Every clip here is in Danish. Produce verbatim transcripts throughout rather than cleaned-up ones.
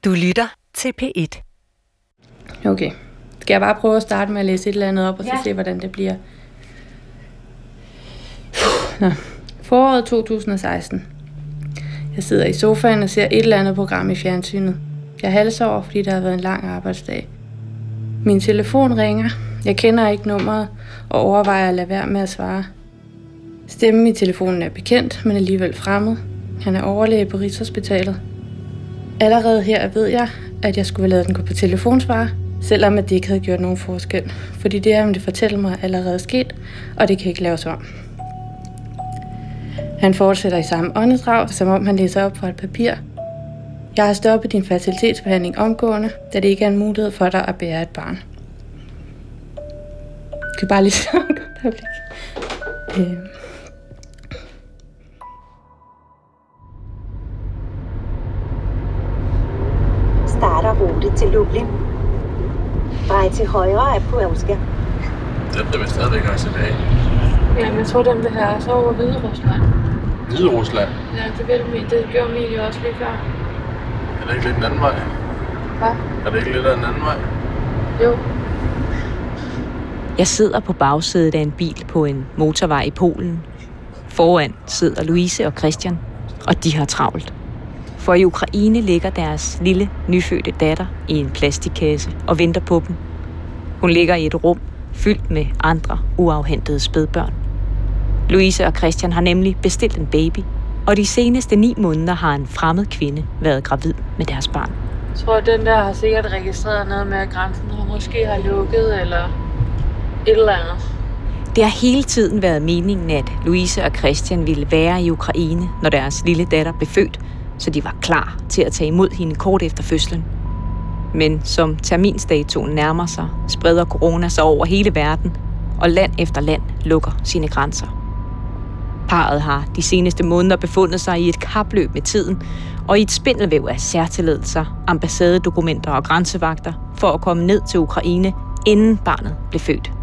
Du lytter til P et. Okay. Skal jeg bare prøve at starte med at læse et eller andet op, og så ja. se, hvordan det bliver? Nå. Foråret to tusind og seksten. Jeg sidder i sofaen og ser et eller andet program i fjernsynet. Jeg halser over, fordi der har været en lang arbejdsdag. Min telefon ringer. Jeg kender ikke nummeret og overvejer at lade være med at svare. Stemmen i telefonen er bekendt, men alligevel fremmed. Han er overlæge på Rigshospitalet. Allerede her ved jeg, at jeg skulle have ladet den gå på telefonsvarer, selvom at det ikke havde gjort nogen forskel. Fordi det, han ville fortælle mig, er allerede sket, og det kan ikke laves om. Han fortsætter i samme åndedrag, som om han læser op fra et papir. Jeg har stoppet din fertilitetsbehandling omgående, da det ikke er en mulighed for dig at bære et barn. Jeg kan bare lige så godt øh. Starter rute til Lublin. Drej til højre af Puelska. Den der vil stadigvæk have tilbage. Jamen, jeg tror, den vil have så over Hvide Rusland. Hvide Rusland? Ja, det, vil, det gjorde Emilie også lige før. Er det ikke lidt en anden vej? Hvad? Er det ikke lidt af en anden vej? Jo. Jeg sidder på bagsædet af en bil på en motorvej i Polen. Foran sidder Louise og Christian, og de har travlt. For i Ukraine ligger deres lille, nyfødte datter i en plastikkasse og venter på dem. Hun ligger i et rum fyldt med andre uafhentede spædbørn. Louise og Christian har nemlig bestilt en baby, og de seneste ni måneder har en fremmed kvinde været gravid med deres barn. Jeg tror, at den der har sikkert registreret noget med, at grænsen måske har lukket, eller et eller andet. Det har hele tiden været meningen, at Louise og Christian ville være i Ukraine, når deres lille datter blev født, så de var klar til at tage imod hende kort efter fødslen. Men som terminsdatoen nærmer sig, spreder corona sig over hele verden, og land efter land lukker sine grænser. Parret har de seneste måneder befundet sig i et kapløb med tiden, og i et spindelvæv af særtilladelser, ambassadedokumenter og grænsevagter for at komme ned til Ukraine, inden barnet blev født.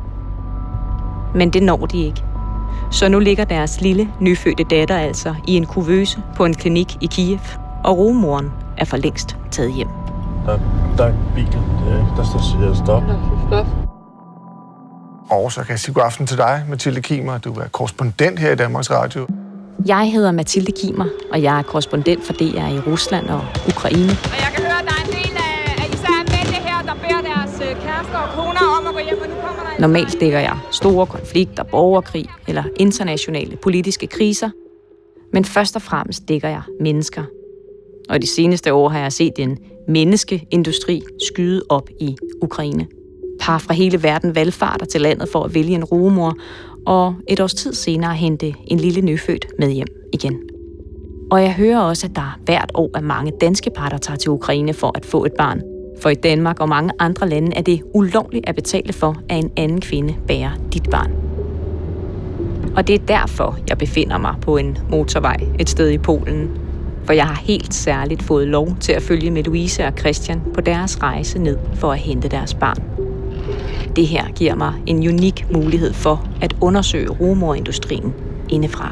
Men det når de ikke. Så nu ligger deres lille, nyfødte datter altså i en kuvøse på en klinik i Kiev, og rugemoren er for længst taget hjem. Der, der er en bil, der står stop. Stop. Og så kan jeg sige god aften til dig, Mathilde Kimer. Du er korrespondent her i Danmarks Radio. Jeg hedder Mathilde Kimer, og jeg er korrespondent for D R i Rusland og Ukraine. Og jeg kan høre, at der er en del af, af især mænd her, der beder deres kærester og koner om at gå hjem, og nu kommer der... Normalt dækker jeg store konflikter, borgerkrig eller internationale politiske kriser. Men først og fremmest dækker jeg mennesker. Og de seneste år har jeg set en menneskeindustri skyde op i Ukraine. Par fra hele verden valfarter til landet for at vælge en rugemor, og et års tid senere hente en lille nyfødt med hjem igen. Og jeg hører også, at der hvert år er mange danske par, der tager til Ukraine for at få et barn. For i Danmark og mange andre lande er det ulovligt at betale for, at en anden kvinde bærer dit barn. Og det er derfor, jeg befinder mig på en motorvej et sted i Polen. For jeg har helt særligt fået lov til at følge med Louise og Christian på deres rejse ned for at hente deres barn. Det her giver mig en unik mulighed for at undersøge rugemor-industrien indefra.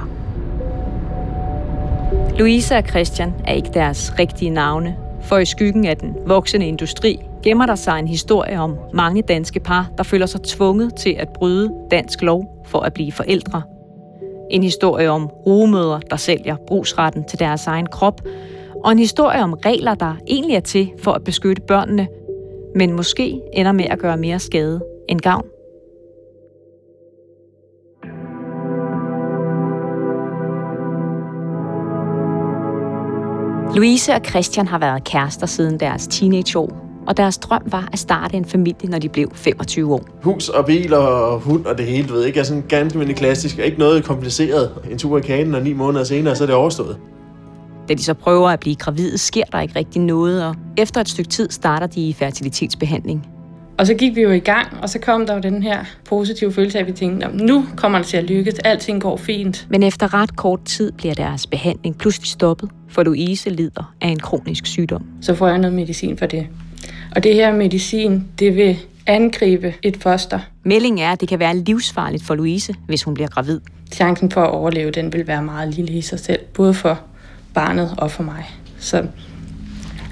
Louise og Christian er ikke deres rigtige navne, for i skyggen af den voksende industri gemmer der sig en historie om mange danske par, der føler sig tvunget til at bryde dansk lov for at blive forældre. En historie om rugemødre, der sælger brugsretten til deres egen krop, og en historie om regler, der egentlig er til for at beskytte børnene, men måske ender med at gøre mere skade end gavn. Louise og Christian har været kærester siden deres teenageår, og deres drøm var at starte en familie, når de blev femogtyve år. Hus og bil og hund og det hele, du ved ikke, er sådan ganske mindre klassisk, ikke noget kompliceret. En tur i kagen, og ni måneder senere, så er det overstået. Da de så prøver at blive gravide, sker der ikke rigtig noget, og efter et stykke tid starter de i fertilitetsbehandling. Og så gik vi jo i gang, og så kom der jo den her positive følelse af, at vi tænkte, nu kommer det til at lykkes, alting går fint. Men efter ret kort tid bliver deres behandling pludselig stoppet, for Louise lider af en kronisk sygdom. Så får jeg noget medicin for det. Og det her medicin, det vil angribe et foster. Meldingen er, at det kan være livsfarligt for Louise, hvis hun bliver gravid. Chancen for at overleve, den vil være meget lille i sig selv, både for barnet og for mig. Så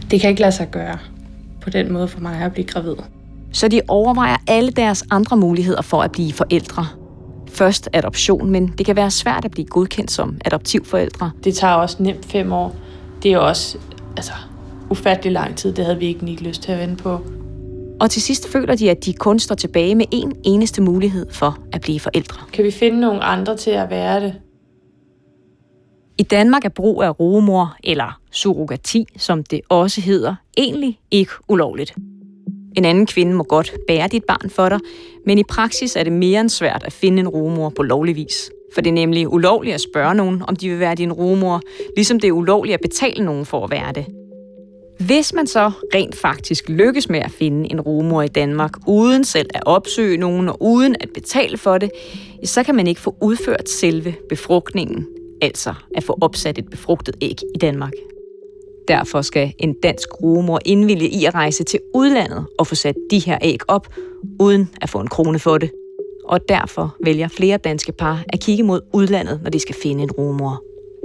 det kan ikke lade sig gøre på den måde for mig at blive gravid. Så de overvejer alle deres andre muligheder for at blive forældre. Først adoption, men det kan være svært at blive godkendt som adoptivforældre. Det tager også nemt fem år. Det er også altså, ufattelig lang tid. Det havde vi ikke lyst til at vente på. Og til sidst føler de, at de kun står tilbage med én eneste mulighed for at blive forældre. Kan vi finde nogle andre til at være det? I Danmark er brug af rugemor, eller surrogati, som det også hedder, egentlig ikke ulovligt. En anden kvinde må godt bære dit barn for dig, men i praksis er det mere end svært at finde en rugemor på lovlig vis. For det er nemlig ulovligt at spørge nogen, om de vil være din rugemor, ligesom det er ulovligt at betale nogen for at være det. Hvis man så rent faktisk lykkes med at finde en rugemor i Danmark, uden selv at opsøge nogen og uden at betale for det, så kan man ikke få udført selve befrugtningen, altså at få opsat et befrugtet æg i Danmark. Derfor skal en dansk rugemor indvillige i at rejse til udlandet og få sat de her æg op, uden at få en krone for det. Og derfor vælger flere danske par at kigge mod udlandet, når de skal finde en rugemor.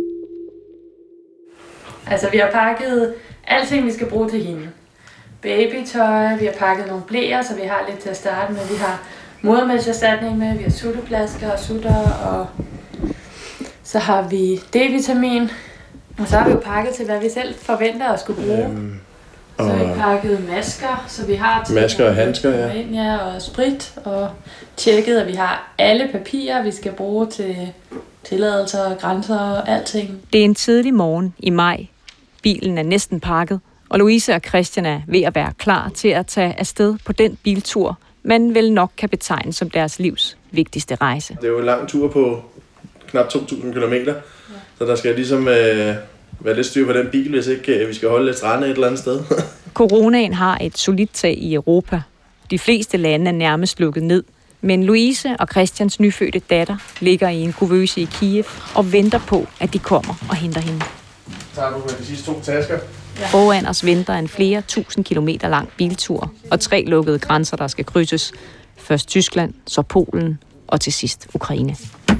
Altså, vi har pakket alting, vi skal bruge til hende. Babytøj, vi har pakket nogle bleer, så vi har lidt til at starte med. Vi har modermælkserstatning med, vi har sutteplasker og sutter, og så har vi D-vitamin. Og så har vi jo pakket til, hvad vi selv forventer at skulle bruge. Øhm, og så har vi pakket masker, så vi har til masker og handsker, ja. ja. Og sprit, og tjekket, at vi har alle papirer, vi skal bruge til tilladelser, grænser og alting. Det er en tidlig morgen i maj. Bilen er næsten pakket, og Louise og Christian er ved at være klar til at tage afsted på den biltur, man vel nok kan betegne som deres livs vigtigste rejse. Det er jo en lang tur på knap to tusind kilometer. Så der skal ligesom øh, være lidt styr på den bil, hvis ikke øh, vi skal holde lidt strande et eller andet sted. Coronaen har et solidt tag i Europa. De fleste lande er nærmest lukket ned. Men Louise og Christians nyfødte datter ligger i en kuvøse i Kiev og venter på, at de kommer og henter hende. Tager du med de sidste to tasker? Ja. Foran os venter en flere tusind kilometer lang biltur og tre lukkede grænser, der skal krydses. Først Tyskland, så Polen og til sidst Ukraine.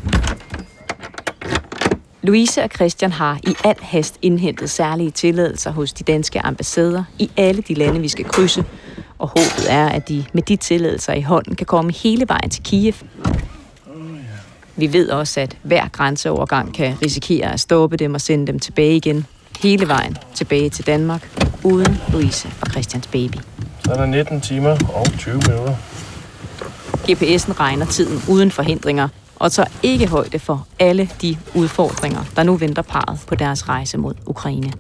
Louise og Christian har i al hast indhentet særlige tilladelser hos de danske ambassader i alle de lande, vi skal krydse. Og håbet er, at de med de tilladelser i hånden kan komme hele vejen til Kiev. Vi ved også, at hver grænseovergang kan risikere at stoppe dem og sende dem tilbage igen. Hele vejen tilbage til Danmark, uden Louise og Christians baby. Så er der nitten timer og tyve minutter. G P S'en regner tiden uden forhindringer, og tager ikke højde for alle de udfordringer, der nu venter parret på deres rejse mod Ukraine.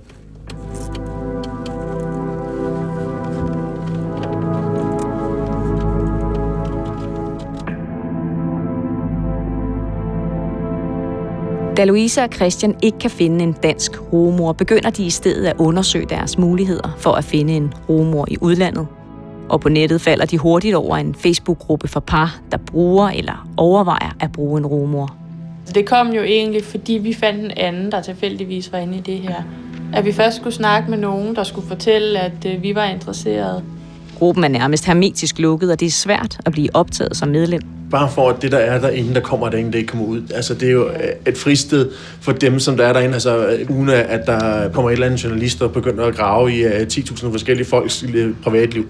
Da Louise og Christian ikke kan finde en dansk rugemor, begynder de i stedet at undersøge deres muligheder for at finde en rugemor i udlandet. Og på nettet falder de hurtigt over en Facebook-gruppe for par, der bruger eller overvejer at bruge en rugemor. Det kom jo egentlig, fordi vi fandt en anden, der tilfældigvis var inde i det her. At vi først skulle snakke med nogen, der skulle fortælle, at vi var interesserede. Gruppen er nærmest hermetisk lukket, og det er svært at blive optaget som medlem. Bare for, at det, der er derinde, der kommer derinde, det ikke kommer ud. Altså, det er jo et fristed for dem, som der er derinde. Altså, uden at der kommer et eller andet journalist, der begynder at grave i ti tusind forskellige folks privatliv.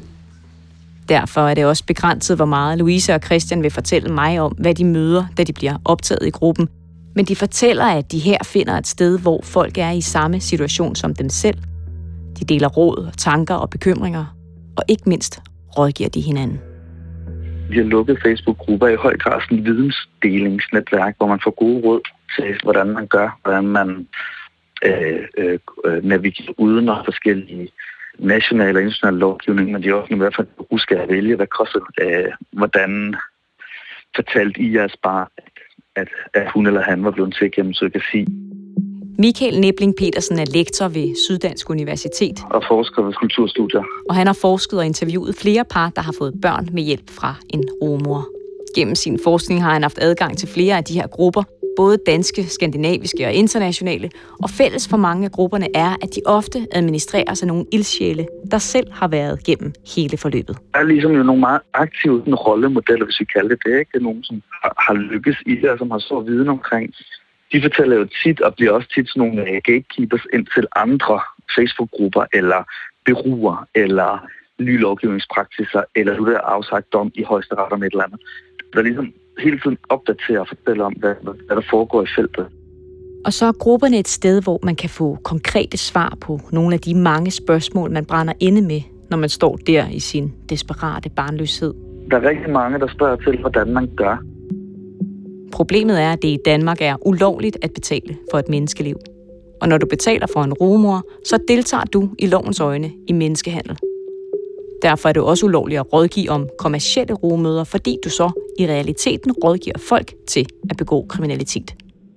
Derfor er det også begrænset, hvor meget Louise og Christian vil fortælle mig om, hvad de møder, da de bliver optaget i gruppen. Men de fortæller, at de her finder et sted, hvor folk er i samme situation som dem selv. De deler råd, tanker og bekymringer, og ikke mindst rådgiver de hinanden. Vi har lukket Facebook-grupper i høj grad sådan et vidensdelingsnetværk, hvor man får gode råd til, hvordan man gør, hvordan man øh, øh, navigerer uden og forskellige nationale og internationale lovgivning, men de er også i hvert fald huske at vælge, hvad koster øh, hvordan fortalte I jeres barn, at, at hun eller han var blevet til gennem surrogati. Michael Nebling Petersen er lektor ved Syddansk Universitet og forsker ved kulturstudier. Og han har forsket og interviewet flere par, der har fået børn med hjælp fra en rugemor. Gennem sin forskning har han haft adgang til flere af de her grupper, både danske, skandinaviske og internationale, og fælles for mange af grupperne er, at de ofte administrerer sig nogle ildsjæle, der selv har været gennem hele forløbet. Der er ligesom jo nogle meget aktive rollemodeller, hvis vi kalder det det. Ikke? Det er nogen, som har lykkes i det, og som har stor viden omkring. De fortæller jo tit, og bliver også tit sådan nogle gatekeepers ind til andre Facebook-grupper eller beruer, eller nye lovgivningspraksiser, eller nu der er afsagt dom i højesteret om et eller andet. Der ligesom hele tiden opdaterer og fortæller om, hvad, hvad der foregår i feltet. Og så er grupperne et sted, hvor man kan få konkrete svar på nogle af de mange spørgsmål, man brænder inde med, når man står der i sin desperate barnløshed. Der er rigtig mange, der spørger til, hvordan man gør. Problemet er, at det i Danmark er ulovligt at betale for et menneskeliv. Og når du betaler for en rugemor, så deltager du i lovens øjne i menneskehandel. Derfor er det også ulovligt at rådgive om kommercielle rugemødre, fordi du så i realiteten rådgiver folk til at begå kriminalitet.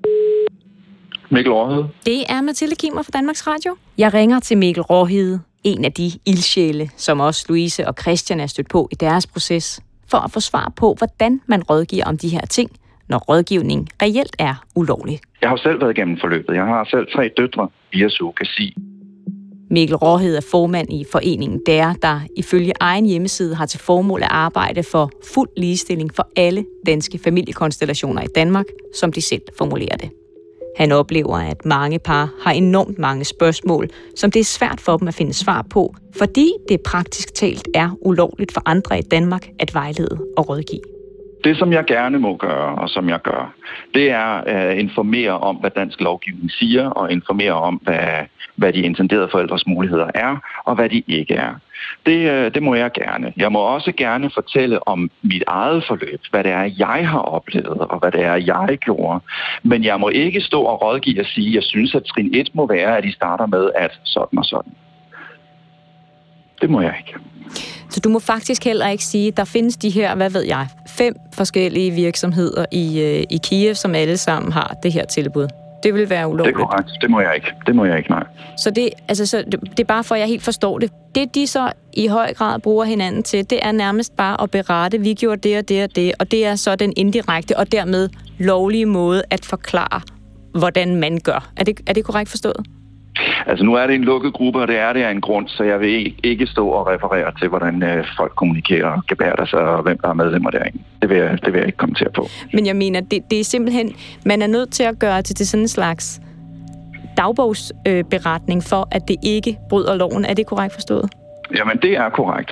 Mikkel Råhede. Det er Mathilde Kimer fra Danmarks Radio. Jeg ringer til Mikkel Råhede, en af de ildsjæle, som også Louise og Christian er stødt på i deres proces, for at få svar på, hvordan man rådgiver om de her ting, når rådgivning reelt er ulovlig. Jeg har selv været igennem forløbet. Jeg har selv tre døtre via surrogasi. Mikkel Råhede er formand i foreningen D A R, der ifølge egen hjemmeside har til formål at arbejde for fuld ligestilling for alle danske familiekonstellationer i Danmark, som de selv formulerer det. Han oplever, at mange par har enormt mange spørgsmål, som det er svært for dem at finde svar på, fordi det praktisk talt er ulovligt for andre i Danmark at vejlede og rådgive. Det, som jeg gerne må gøre, og som jeg gør, det er at informere om, hvad dansk lovgivning siger, og informere om, hvad, hvad de intenderede forældres muligheder er, og hvad de ikke er. Det, det må jeg gerne. Jeg må også gerne fortælle om mit eget forløb, hvad det er, jeg har oplevet, og hvad det er, jeg gjorde. Men jeg må ikke stå og rådgive og sige, at jeg synes, at trin et må være, at I starter med at sådan og sådan. Det må jeg ikke. Så du må faktisk heller ikke sige, at der findes de her, hvad ved jeg, fem forskellige virksomheder i, øh, i Kiev, som alle sammen har det her tilbud. Det vil være ulovligt. Det er korrekt. Det må jeg ikke. Det må jeg ikke, nej. Så det, altså, så det, det er bare for, at jeg helt forstår det. Det, de så i høj grad bruger hinanden til, det er nærmest bare at berette, vi gjorde det og det og det, og det er så den indirekte og dermed lovlige måde at forklare, hvordan man gør. Er det, er det korrekt forstået? Altså nu er det en lukket gruppe, og det er det af en grund, så jeg vil ikke stå og referere til, hvordan øh, folk kommunikerer og gebærder sig, og hvem der er medlemmer derinde. Det vil jeg, det vil jeg ikke kommentere på. Men jeg mener, det, det er simpelthen, man er nødt til at gøre det til sådan en slags dagbogsberetning øh, for, at det ikke bryder loven. Er det korrekt forstået? Jamen, det er korrekt.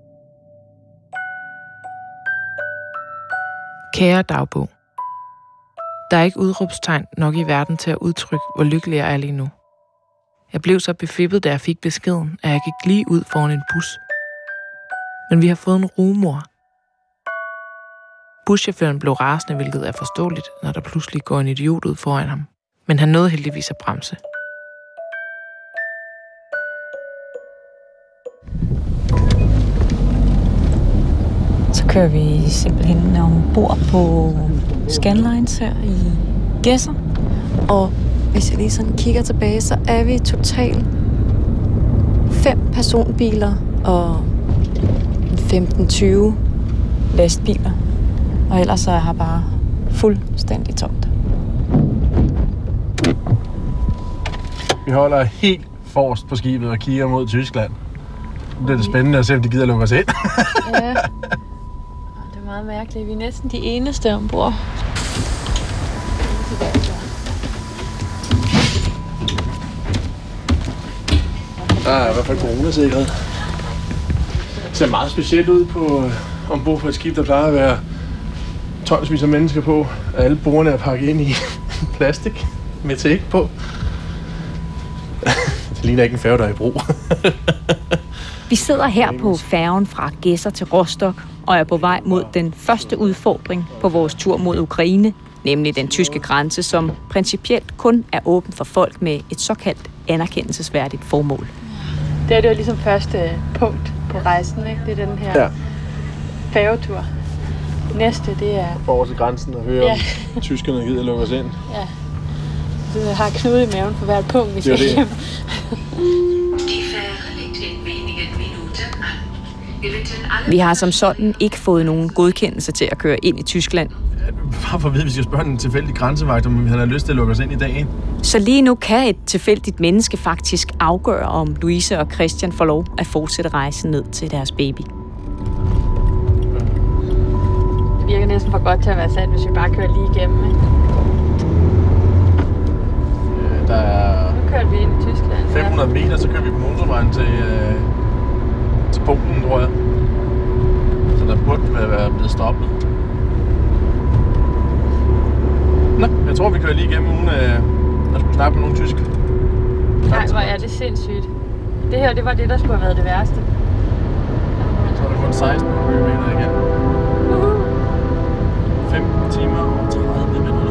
Kære dagbog. Der er ikke udråbstegn nok i verden til at udtrykke, hvor lykkelig jeg er lige nu. Jeg blev så befippet, da jeg fik beskeden, at jeg gik lige ud foran en bus. Men vi har fået en rugemor. Buschaufføren blev rasende, hvilket er forståeligt, når der pludselig går en idiot ud foran ham. Men han nåede heldigvis at bremse. Så kører vi simpelthen ombord på Scandlines her i Gedser. Og hvis jeg lige sådan kigger tilbage, så er vi totalt fem personbiler og femten tyve lastbiler. Og ellers så er her bare fuldstændig tomt. Vi holder helt forrest på skibet og kigger mod Tyskland. Nu bliver det spændende at se, om de gider lukke os ind. Ja, det er meget mærkeligt. Vi er næsten de eneste ombord. Der er i hvert fald coronasikkerhed. Det ser meget specielt ud på ombord på et skib, der plejer at være tonsvis af mennesker på. Alle bordene er pakket ind i plastik med tape på. Det ligner ikke en færge, der er i brug. Vi sidder her på færgen fra Gedser til Rostock og er på vej mod den første udfordring på vores tur mod Ukraine, nemlig den tyske grænse, som principielt kun er åben for folk med et såkaldt anerkendelsesværdigt formål. Det er det jo ligesom første punkt på rejsen, ikke? Det er den her ja. færgetur. Næste, det er... Over til grænsen og høre, ja. om tyskerne gider lukke os ind. Ja. Det har knude i maven for hvert punkt, vi skal hjem. Vi har som sådan ikke fået nogen godkendelse til at køre ind i Tyskland. Bare for at vide, hvis vi skal spørge en tilfældig grænsevagt, om han har lyst til at lukke os ind i dag. Så lige nu kan et tilfældigt menneske faktisk afgøre, om Louise og Christian får lov at fortsætte rejsen ned til deres baby. Det virker næsten for godt til at være sandt, hvis vi bare kører lige igennem, ikke? Ja, der er... Nu kører kørte vi ind i Tyskland. fem hundrede meter, så kører vi på motorvejen til, øh, til Polen, tror jeg. Så der burde være blevet stoppet. Nå, jeg tror, vi kører lige igennem uden øh, at skulle snakke med nogen tysk. Nej, hvor er det sindssygt. Det her, det var det, der skulle have været det værste. Så er det kun seksten kilometer igen. Uh-huh. femten timer og tredive minutter.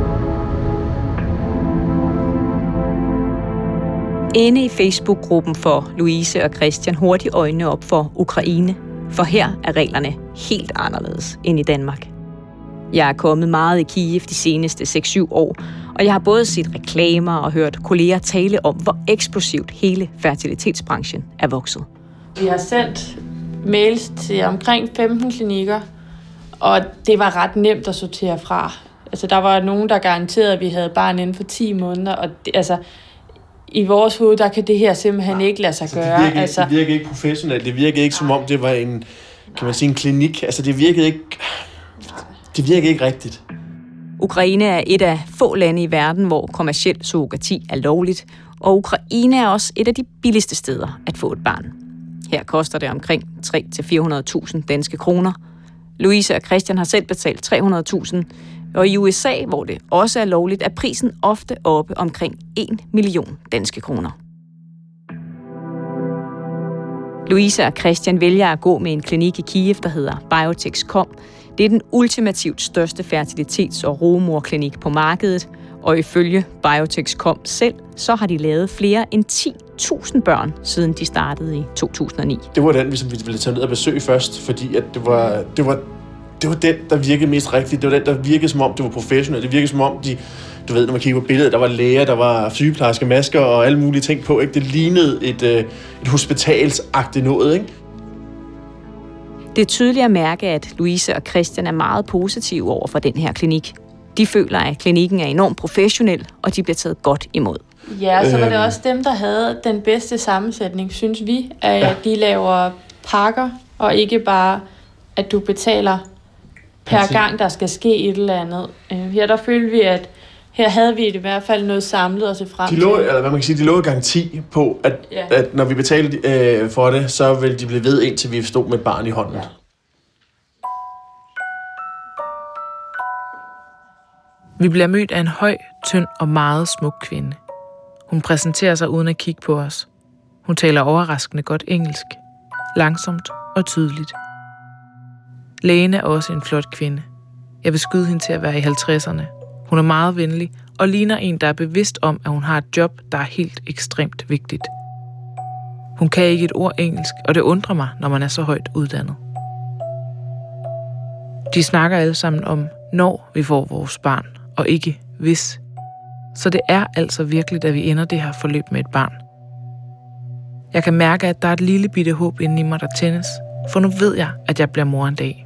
Inde i Facebook-gruppen får Louise og Christian hurtigt øjnene op for Ukraine, for her er reglerne helt anderledes end i Danmark. Jeg er kommet meget i Kiev de seneste seks syv år, og jeg har både set reklamer og hørt kolleger tale om, hvor eksplosivt hele fertilitetsbranchen er vokset. Vi har sendt mails til omkring femten klinikker, og det var ret nemt at sortere fra. Altså, der var nogen, der garanterede, at vi havde barn inden for ti måneder, og det, altså, i vores hoved, der kan det her simpelthen ikke lade sig altså, gøre. Det virker, altså, det virker ikke professionelt. Det virker ikke, som om det var en, kan man sige, en klinik. Altså, det virkede ikke... Det virker ikke rigtigt. Ukraine er et af få lande i verden, hvor kommerciel surrogati er lovligt, og Ukraine er også et af de billigste steder at få et barn. Her koster det omkring tre til fire hundrede tusind danske kroner. Louise og Christian har selv betalt tre hundrede tusind, og i U S A, hvor det også er lovligt, er prisen ofte oppe omkring en million danske kroner. Louise og Christian vælger at gå med en klinik i Kiev, der hedder Biotech punktum com. Det er den ultimativt største fertilitets- og rugemorklinik på markedet, og ifølge Biotech punktum com selv, så har de lavet flere end ti tusind børn, siden de startede i to tusind og ni. Det var den, som vi ville tage ned og besøge først, fordi at det var, det var, det var den, der virkede mest rigtigt. Det var den, der virkede som om, det var professionelt. Det virkede som om, de, du ved, når man kigger på billedet, der var læger, der var sygeplejersker, masker og alle mulige ting på. Ikke? Det lignede et, et hospitalsagtigt noget, ikke? Det er tydeligt at mærke, at Louise og Christian er meget positive over for den her klinik. De føler, at klinikken er enormt professionel, og de bliver taget godt imod. Ja, så var det også dem, der havde den bedste sammensætning, synes vi, at ja. de laver pakker, og ikke bare, at du betaler per gang, der skal ske et eller andet. Her der følte vi, at her havde vi i hvert fald noget samlet at se frem de til. lå, eller hvad man kan sige, de lå garanti på, at, ja. at når vi betalte øh, for det, så ville de blive ved, indtil vi stod med et barn i hånden. Ja. Vi bliver mødt af en høj, tynd og meget smuk kvinde. Hun præsenterer sig uden at kigge på os. Hun taler overraskende godt engelsk. Langsomt og tydeligt. Lægen er også en flot kvinde. Jeg vil skyde hende til at være i halvtredserne. Hun er meget venlig og ligner en, der er bevidst om, at hun har et job, der er helt ekstremt vigtigt. Hun kan ikke et ord engelsk, og det undrer mig, når man er så højt uddannet. De snakker alle sammen om, når vi får vores barn, og ikke hvis. Så det er altså virkelig, at vi ender det her forløb med et barn. Jeg kan mærke, at der er et lille bitte håb inde i mig, der tændes, for nu ved jeg, at jeg bliver mor en dag.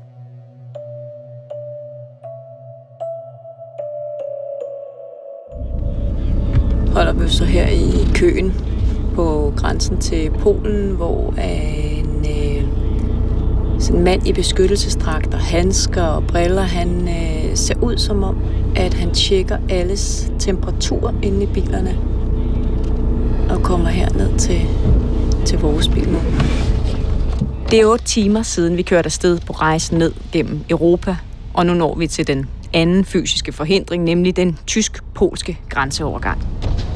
Holder vi så her i køen på grænsen til Polen, hvor en øh, sådan en mand i beskyttelsesdragter, handsker og briller, han øh, ser ud som om, at han tjekker alles temperatur inde i bilerne og kommer herned til, til vores bil nu. Det er otte timer siden, vi kørte afsted på rejsen ned gennem Europa, og nu når vi til den anden fysiske forhindring, nemlig den tysk-polske grænseovergang.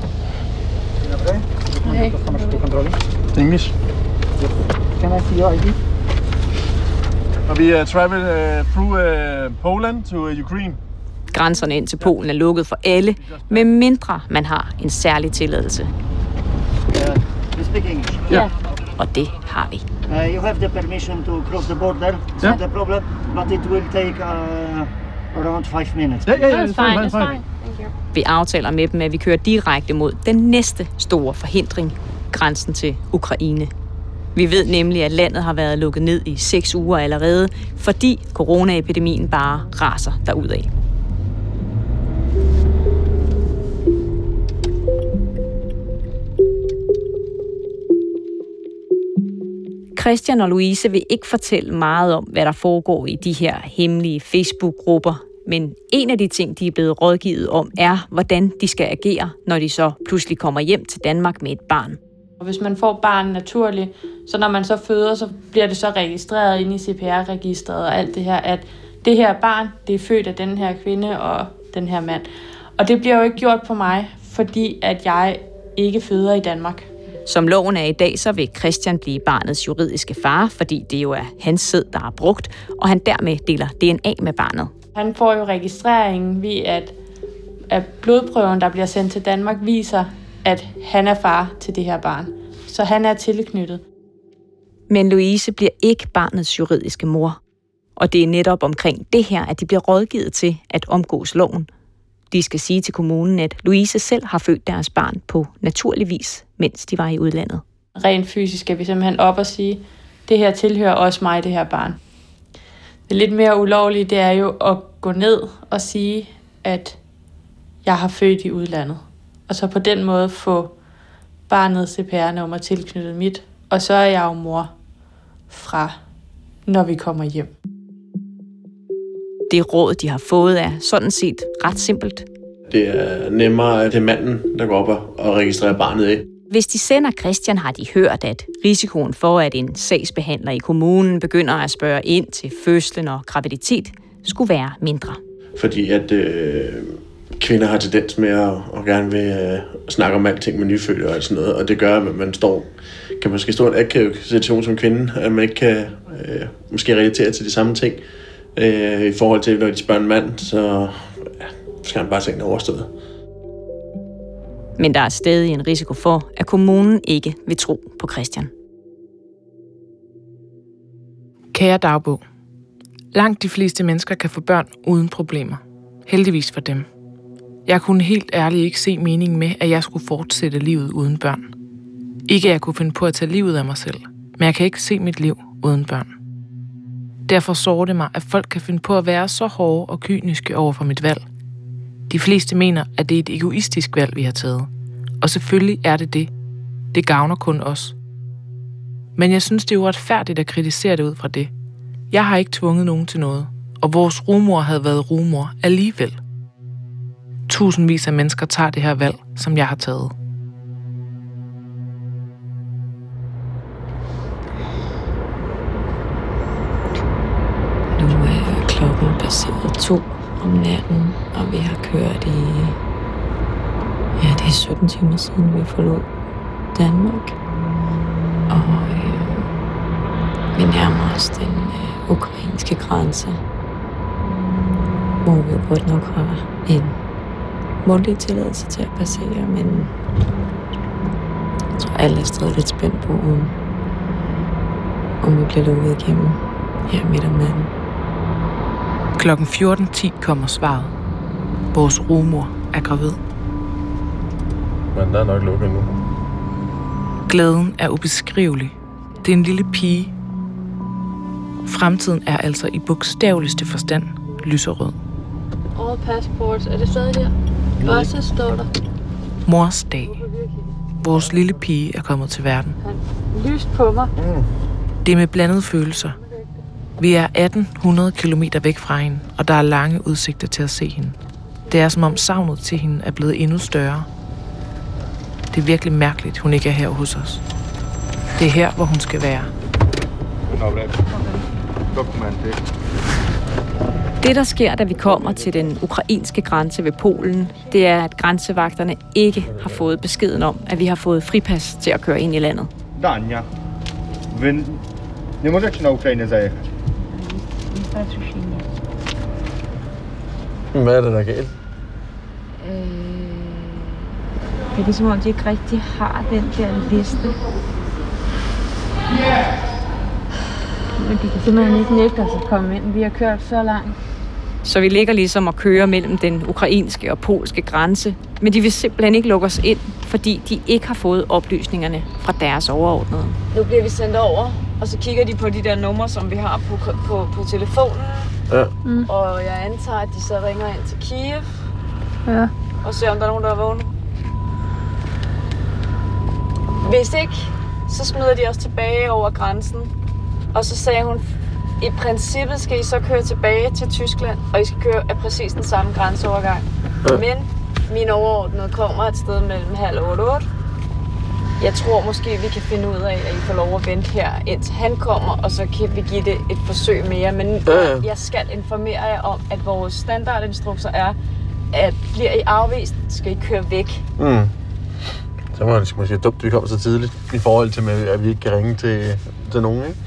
Hey. English. Can I see your I D? We uh, travel uh, through uh, Poland to uh, Ukraine. Grænserne ind til Polen er lukket for alle, med mindre man har en særlig tilladelse. Uh, you speak English? Yeah. Og det har vi. Uh, you have the permission to cross the border. It's Yeah. not a problem, but it will take uh, around five minutes. Yeah, yeah, yeah, That's it's fine, fine, it's that's fine. fine. Thank you. Vi aftaler med dem, at vi kører direkte mod den næste store forhindring, grænsen til Ukraine. Vi ved nemlig, at landet har været lukket ned i seks uger allerede, fordi coronaepidemien bare raser derudad. Christian og Louise vil ikke fortælle meget om, hvad der foregår i de her hemmelige Facebook-grupper. Men en af de ting, de er blevet rådgivet om, er, hvordan de skal agere, når de så pludselig kommer hjem til Danmark med et barn. Hvis man får barn naturligt, så når man så føder, så bliver det så registreret inde i C P R-registret og alt det her, at det her barn, det er født af den her kvinde og den her mand. Og det bliver jo ikke gjort på mig, fordi at jeg ikke føder i Danmark. Som loven er i dag, så vil Christian blive barnets juridiske far, fordi det jo er hans sæd, der er brugt, og han dermed deler D N A med barnet. Han får jo registreringen ved, at, at blodprøven, der bliver sendt til Danmark, viser, at han er far til det her barn. Så han er tilknyttet. Men Louise bliver ikke barnets juridiske mor. Og det er netop omkring det her, at de bliver rådgivet til at omgås loven. De skal sige til kommunen, at Louise selv har født deres barn på naturlig vis, mens de var i udlandet. Rent fysisk skal vi simpelthen op og sige, det her tilhører også mig, det her barn. Det lidt mere ulovlige, det er jo at gå ned og sige, at jeg har født i udlandet. Og så på den måde få barnets C P R-nummer tilknyttet mit. Og så er jeg jo mor fra, når vi kommer hjem. Det råd, de har fået, er sådan set ret simpelt. Det er nemmere, at det er manden, der går op og registrerer barnet af. Hvis de sender Christian, har de hørt, at risikoen for, at en sagsbehandler i kommunen begynder at spørge ind til fødslen og graviditet, skulle være mindre. Fordi at øh, kvinder har tendens med at, at gerne vil øh, snakke om alting med nyfødte og sådan noget, og det gør, at man står, kan måske stå i en akavet situation som kvinde, at man ikke kan øh, måske relatere til de samme ting. Øh, I forhold til, når de spørger en mand, så ja, skal han bare tænke overstået. Men der er stadig en risiko for, at kommunen ikke vil tro på Christian. Kære dagbog. Langt de fleste mennesker kan få børn uden problemer. Heldigvis for dem. Jeg kunne helt ærligt ikke se meningen med, at jeg skulle fortsætte livet uden børn. Ikke at jeg kunne finde på at tage livet af mig selv, men jeg kan ikke se mit liv uden børn. Derfor sårer det mig, at folk kan finde på at være så hårde og kyniske over for mit valg. De fleste mener, at det er et egoistisk valg, vi har taget. Og selvfølgelig er det det. Det gavner kun os. Men jeg synes, det er uretfærdigt at kritisere det ud fra det. Jeg har ikke tvunget nogen til noget, og vores rumor havde været rumor alligevel. Tusindvis af mennesker tager det her valg, som jeg har taget. Nu er klokken passeret to om natten, og vi har kørt i... Ja, det er sytten timer siden, vi forlod Danmark. Og øh, vi nærmer os den øh, ukrainske grænse, hvor vi jo godt nok har en mundtlig tilladelse til at passere, men jeg tror, alle er stadig lidt spændt på, om, om vi bliver lukket igennem her midt om natten. Klokken fjorten ti kommer svaret. Vores rumor er gravid. Men der er nok lukket nu. Glæden er ubeskrivelig. Det er en lille pige. Fremtiden er altså i bogstaveligste forstand lyserød. All passports, er det stadig der? Også står der. Mors dag. Vores lille pige er kommet til verden. Han lyst på mig. Det er med blandede følelser. Vi er atten hundrede kilometer væk fra hende, og der er lange udsigter til at se hende. Det er som om savnet til hende er blevet endnu større. Det er virkelig mærkeligt, hun ikke er her hos os. Det er her, hvor hun skal være. Det, der sker, da vi kommer til den ukrainske grænse ved Polen, det er, at grænsevagterne ikke har fået beskeden om, at vi har fået fripas til at køre ind i landet. Dania, wy nie możecie na Ukrainę zajechać. Hvad er det, der er galt? Øh, det er som om, de ikke rigtig har den der liste. Men de kan simpelthen ikke nægte os at komme ind. Vi har kørt så langt. Så vi ligger ligesom og kører mellem den ukrainske og polske grænse, men de vil simpelthen ikke lukke os ind, fordi de ikke har fået oplysningerne fra deres overordnede. Nu bliver vi sendt over, og så kigger de på de der numre, som vi har på, på, på telefonen. Ja. Mm. Og jeg antager, at de så ringer ind til Kiev. Ja. Og ser, om der er nogen, der er vågne. Hvis ikke, så smider de os tilbage over grænsen. Og så sagde hun, i princippet skal I så køre tilbage til Tyskland, og I skal køre af præcis den samme grænseovergang. Ja. Men min overordnede kommer et sted mellem halv otte og otte. Jeg tror måske, vi kan finde ud af, at I får lov at vente her, indtil han kommer, og så kan vi give det et forsøg mere. Men ja, ja. Jeg skal informere jer om, at vores standardinstrukser er, at bliver I afvist, skal I køre væk. Mm. Så må det måske dumt, at vi kommer så tidligt, i forhold til, at vi ikke kan ringe til, til nogen, ikke?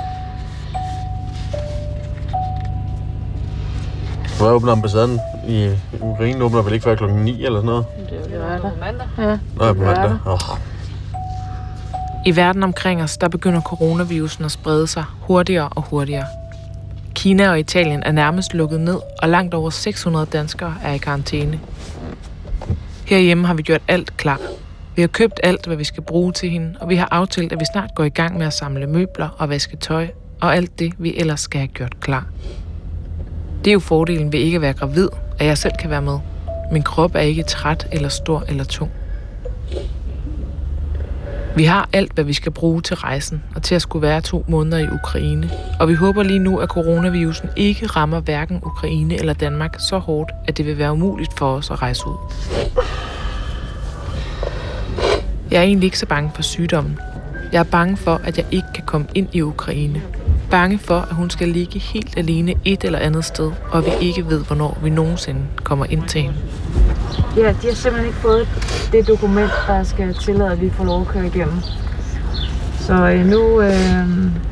Hvor åbner ambassaden i Ukraine? Åbner vel ikke før klokken ni eller sådan noget? Det er jo lørdag. Mandag. Ja. Nå, på mandag. Oh. I verden omkring os, der begynder coronavirusen at sprede sig hurtigere og hurtigere. Kina og Italien er nærmest lukket ned, og langt over seks hundrede danskere er i karantæne. Herhjemme har vi gjort alt klar. Vi har købt alt, hvad vi skal bruge til hende, og vi har aftalt, at vi snart går i gang med at samle møbler og vaske tøj, og alt det, vi ellers skal have gjort klar. Det er jo fordelen ved ikke at være gravid, at jeg selv kan være med. Min krop er ikke træt eller stor eller tung. Vi har alt, hvad vi skal bruge til rejsen og til at skulle være to måneder i Ukraine. Og vi håber lige nu, at coronavirusen ikke rammer hverken Ukraine eller Danmark så hårdt, at det vil være umuligt for os at rejse ud. Jeg er egentlig ikke så bange for sygdommen. Jeg er bange for, at jeg ikke kan komme ind i Ukraine. Bange for, at hun skal ligge helt alene et eller andet sted, og vi ikke ved, hvornår vi nogensinde kommer ind til hende. Ja, de har simpelthen ikke fået det dokument, der skal tillade, at vi får lov at køre igennem. Så øh, nu... Øh,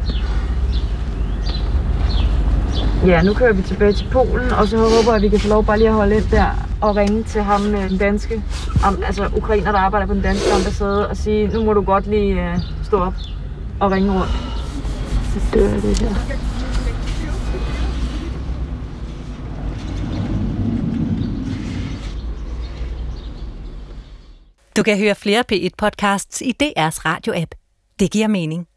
ja, nu kører vi tilbage til Polen, og så håber jeg, at vi kan få lov bare lige at holde lidt der og ringe til ham, den danske, altså ukrainer, der arbejder på den danske ambassade, og sige, nu må du godt lige øh, stå op og ringe rundt. Så dør det her. Du kan høre flere P et podcasts i D R's radio-app. Det giver mening.